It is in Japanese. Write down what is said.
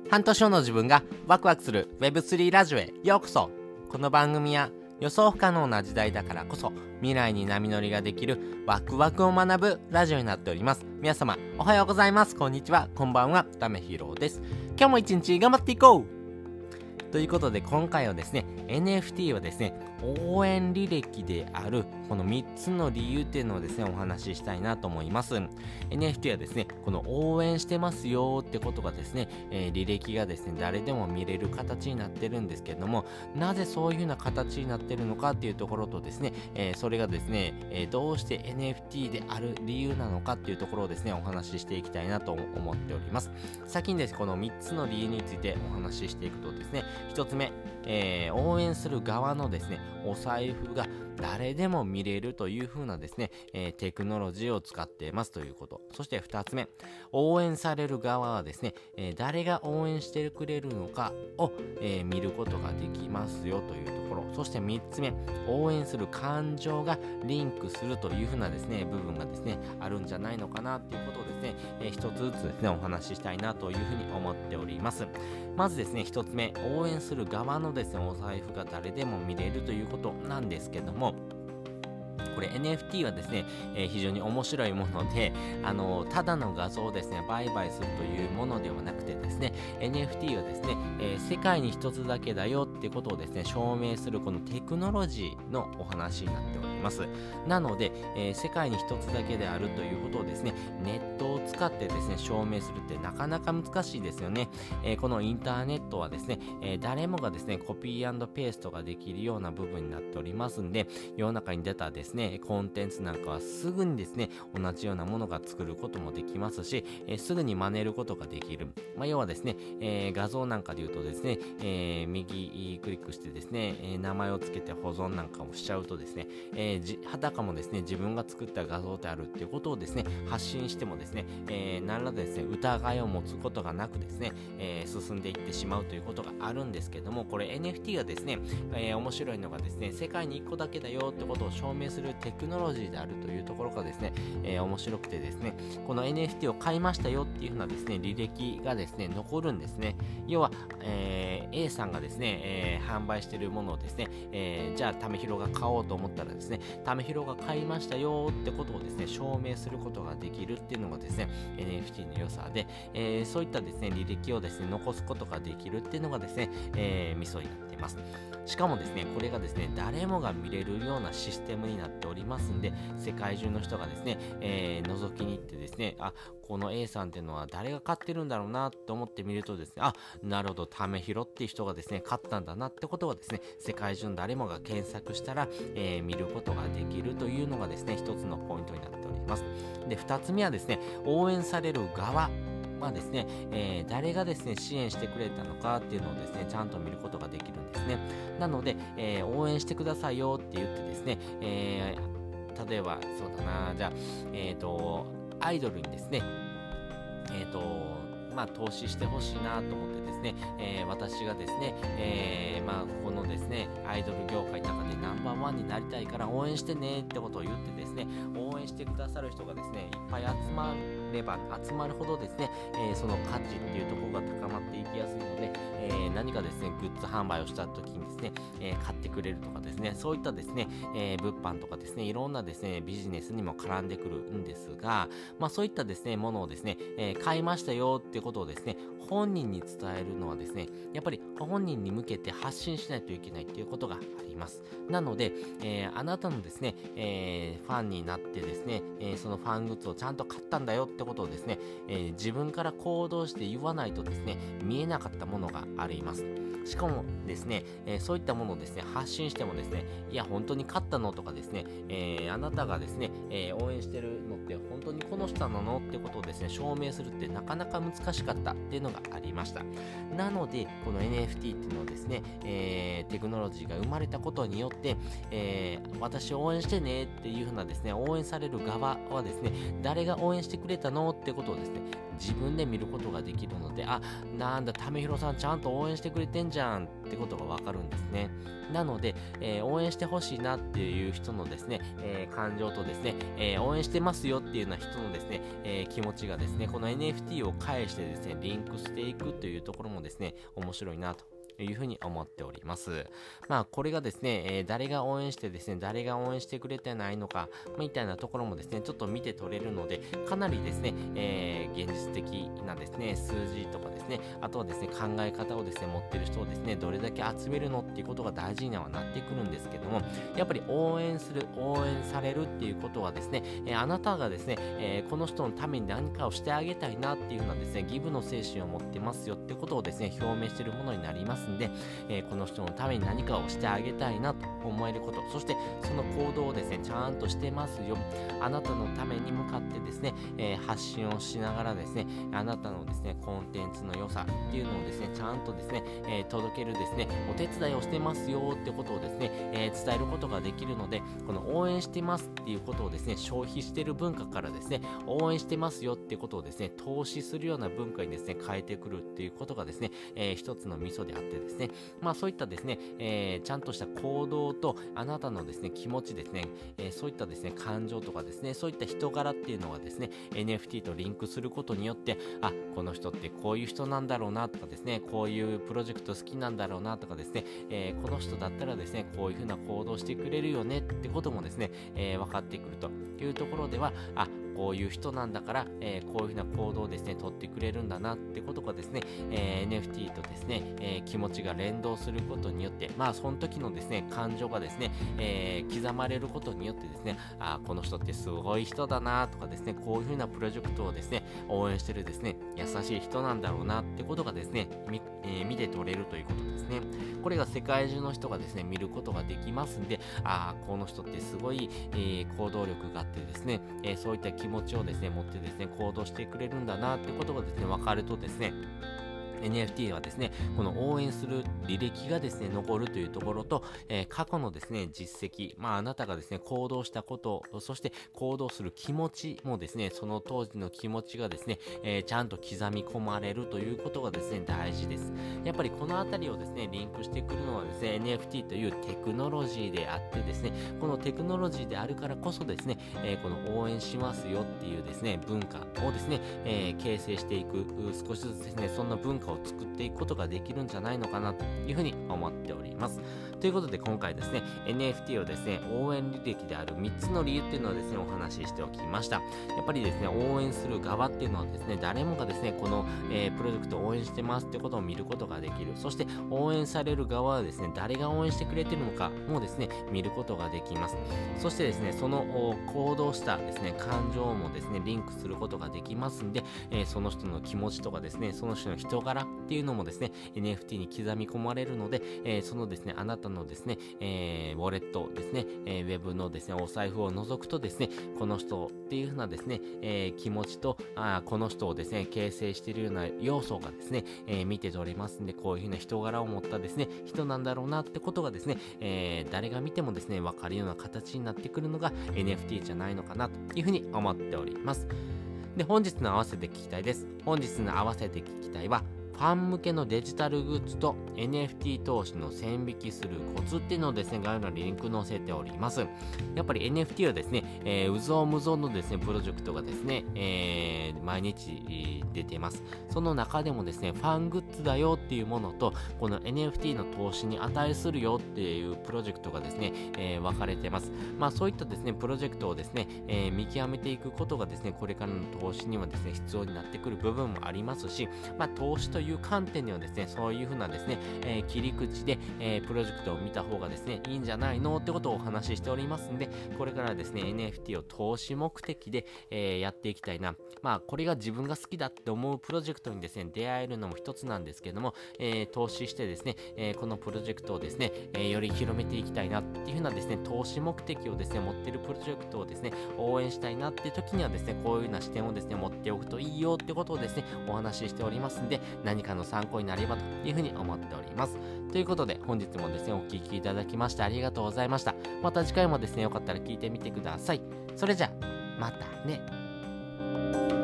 半年後の自分がワクワクする Web3 ラジオへようこそ。この番組は予想不可能な時代だからこそ未来に波乗りができるワクワクを学ぶラジオになっております。皆様おはようございます、こんにちは、こんばんは、ためひろです。今日も一日頑張っていこうということで、今回はですね NFT はですね応援履歴であるこの3つの理由っていうのをですねお話ししたいなと思います。 NFT はですねこの応援してますよってことがですね、履歴がですね誰でも見れる形になってるんですけれども、なぜそういう風な形になってるのかっていうところとですね、それがですね、どうして NFT である理由なのかっていうところをですねお話ししていきたいなと思っております。先にですねこの3つの理由についてお話ししていくとですね、1つ目、応援する側のですねお財布が誰でも見れるという風なですね、テクノロジーを使っていますということ。そして2つ目、応援される側はですね、誰が応援してくれるのかを、見ることができますよというところ。そして3つ目、応援する感情がリンクするという風なですね部分がですねあるんじゃないのかなっていうことをですね、一つずつですねお話ししたいなというふうに思っております。まずですね1つ目、応援する側のですねお財布が誰でも見れるということなんですけども、これ NFT はですね、非常に面白いもので、ただの画像をですね売買するというものではなくてですね、 NFT はですね、世界に一つだけだよってことをですね証明するこのテクノロジーのお話になっております。なので、世界に一つだけであるということをですねネットを使ってですね証明するってなかなか難しいですよね。このインターネットはですね、誰もがですねコピー&ペーストができるような部分になっておりますんで、世の中に出たですねコンテンツなんかはすぐにですね同じようなものが作ることもできますし、すぐに真似ることができる。要はですね、画像なんかで言うとですね、右クリックしてですね、名前をつけて保存なんかをしちゃうとですね、はたかもですね自分が作った画像であるっていうことをですね発信してもですね、何らですね疑いを持つことがなくですね、進んでいってしまうということがあるんですけども、これ NFT がですね、面白いのがですね世界に1個だけだよってことを証明するテクノロジーであるというところがですね、面白くてですね、この NFT を買いましたよっていうふうなですね履歴がですね残るんですね。要は、A さんがですね、販売しているものをですね、じゃあためひろが買おうと思ったらですね、ためひろが買いましたよってことをですね証明することができるっていうのがですね NFT の良さで、そういったですね履歴をですね残すことができるっていうのがですね、ミソになっています。しかもですねこれがですね誰もが見れるようなシステムになっておりますんで、世界中の人がですね、覗きに行ってですね、この A さんっていうのは誰が買ってるんだろうなと思ってみるとですね、なるほど、ためひろっていう人がですね買ったんだなってことはですね、世界中の誰もが検索したら、見ることができるというのがですね一つのポイントになっております。で2つ目はですね、応援される側はですね、誰がですね支援してくれたのかっていうのをですねちゃんと見ることができるんですね。なので、応援してくださいよって言ってですね、例えばそうだな、じゃあアイドルにですね投資してほしいなと思ってですね、私がですね、このですねアイドル業界の中でナンバーワンになりたいから応援してねってことを言ってですね、応援してくださる人がですねいっぱい集まれば集まるほどですね、その価値っていうところが高まっていきやすいので、何かですねグッズ販売をした時にですね、買ってくれるとかですね、そういったですね、物販とかですねいろんなですねビジネスにも絡んでくるんですが、そういったですねものをですね、買いましたよっていうことをですね本人に伝えるのはですねやっぱり本人に向けて発信しないといけないっていうことがあります。なので、あなたのですね、ファンになってですね、そのファングッズをちゃんと買ったんだよってことをですね、自分から行動して言わないとですね見えなかったものがあります。しかもですね、そういったものをですね発信してもですね、いや本当に勝ったのとかですね、あなたがですね、応援してるのって本当にこの人なのってことをですね証明するってなかなか難しかったっていうのがありました。なのでこの NFT っていうのをですね、テクノロジーが生まれたことによって、私を応援してねっていう風なですね応援される側はですね、誰が応援してくれたのってことをですね自分で見ることができるので、なんだためひろさんちゃんと応援してくれてんじゃんっってことがわかるんですね。なので、応援してほしいなっていう人のですね、感情とですね、応援してますよっていうような人のですね、気持ちがですね、この NFT を介してですね、リンクしていくというところもですね、面白いなというふうに思っております。これがですね、誰が応援してですね、誰が応援してくれてないのか、みたいなところもですね、ちょっと見て取れるので、かなりですね、現実的なですね、数字とかですね、あとはですね、考え方をですね、持ってる人をですね、どれだけ集めるのっていうことが大事にはなってくるんですけども、やっぱり応援する、応援されるっていうことはですね、あなたがですね、この人のために何かをしてあげたいなっていうふうなですね、ギブの精神を持ってますよってことをですね、表明しているものになりますんで、この人のために何かをしてあげたいなと思えること、そしてその行動をですね、ちゃんとしてますよ、あなたのために向かってですね、発信をしながらですね、あなたのですね、コンテンツの良さっていうのをですね、ちゃんとですね、届けるですね、お手伝いをしてますよってことをですね、伝えることができるので、この応援してますっていうことをですね、消費している文化からですね、応援してますよってことをですね、投資するような文化にですね、変えてくるっていうことがですね、一つのミソであってですね、そういったですね、ちゃんとした行動とあなたのですね、気持ちですね、そういったですね、感情とかですね、そういった人柄っていうのがですね、NFT とリンクすることによって、この人ってこういう人なんだろうなとかですね、こういうプロジェクト好きなんだろうなとかですね、この人だったらですね、こういう風な行動してくれるよねってこともですね、分かってくるというところでは、こういう人なんだから、こういう風な行動をですね、取ってくれるんだなってことがですね、NFT とですね、気持ちが連動することによって、その時のですね、感情がですね、刻まれることによってですね、この人ってすごい人だなとかですね、こういう風なプロジェクトをですね、応援してるですね、優しい人なんだろうなってことがですね、見て取れるということですね。これが世界中の人がですね、見ることができますんで、この人ってすごい、行動力があってですね、そういった気持ちをですね、持ってですね、行動してくれるんだなってことがですね、分かるとですね、NFT はですね、この応援する履歴がですね、残るというところと、過去のですね、実績、あなたがですね、行動したこと、そして行動する気持ちもですね、その当時の気持ちがですね、ちゃんと刻み込まれるということがですね、大事です。やっぱりこのあたりをですね、リンクしてくるのはですね、NFT というテクノロジーであってですね、このテクノロジーであるからこそですね、この応援しますよっていうですね、文化をですね、形成していく、少しずつですね、そんな文化を作っていくことができるんじゃないのかなというふうに思っております。ということで今回ですね、NFT をですね、応援履歴である3つの理由っていうのをですね、お話ししておきました。やっぱりですね、応援する側っていうのはですね、誰もがですね、この、プロジェクトを応援してますってことを見ることができる。そして応援される側はですね、誰が応援してくれてるのかもですね、見ることができます。そしてですね、その行動したですね、感情もですね、リンクすることができますんで、その人の気持ちとかですね、その人の人柄っていうのもですね、NFT に刻み込まれるので、そのですね、あなたのですね、ウォレットですね、ウェブのですね、お財布を除くとですね、この人っていう風なですね、気持ちと、この人をですね、形成しているような要素がですね、見て取れますんで、こういう風な人柄を持ったですね、人なんだろうなってことがですね、誰が見てもですね、わかるような形になってくるのが NFT じゃないのかなという風に思っております。で、本日の合わせて聞きたいです。本日の合わせて聞きたいは、ファン向けのデジタルグッズと NFT 投資の線引きするコツっていうのをですね、概要欄にリンク載せております。やっぱり NFT はですね、うぞうむぞうのですね、プロジェクトがですね、毎日出てます。その中でもですね、ファングッズだよっていうものと、この NFT の投資に値するよっていうプロジェクトがですね、分かれてます。そういったですね、プロジェクトをですね、見極めていくことがですね、これからの投資にはですね、必要になってくる部分もありますし、投資という観点ではですね、そういうふうなですね、切り口で、プロジェクトを見た方がですね、いいんじゃないのってことをお話ししておりますんで、これからですね、NFT を投資目的で、やっていきたいな。これが自分が好きだって思うプロジェクトにですね、出会えるのも一つなんですけども、投資してですね、このプロジェクトをですね、より広めていきたいなっていうふうなですね、投資目的をですね、持っているプロジェクトをですね、応援したいなっていう時にはですね、こういうような視点をですね、持っておくといいよってことをですね、お話ししておりますんで、何かの参考になればというふうに思っております。ということで、本日もですね、お聞きいただきましてありがとうございました。また次回もですね、よかったら聞いてみてください。それじゃあ、またね。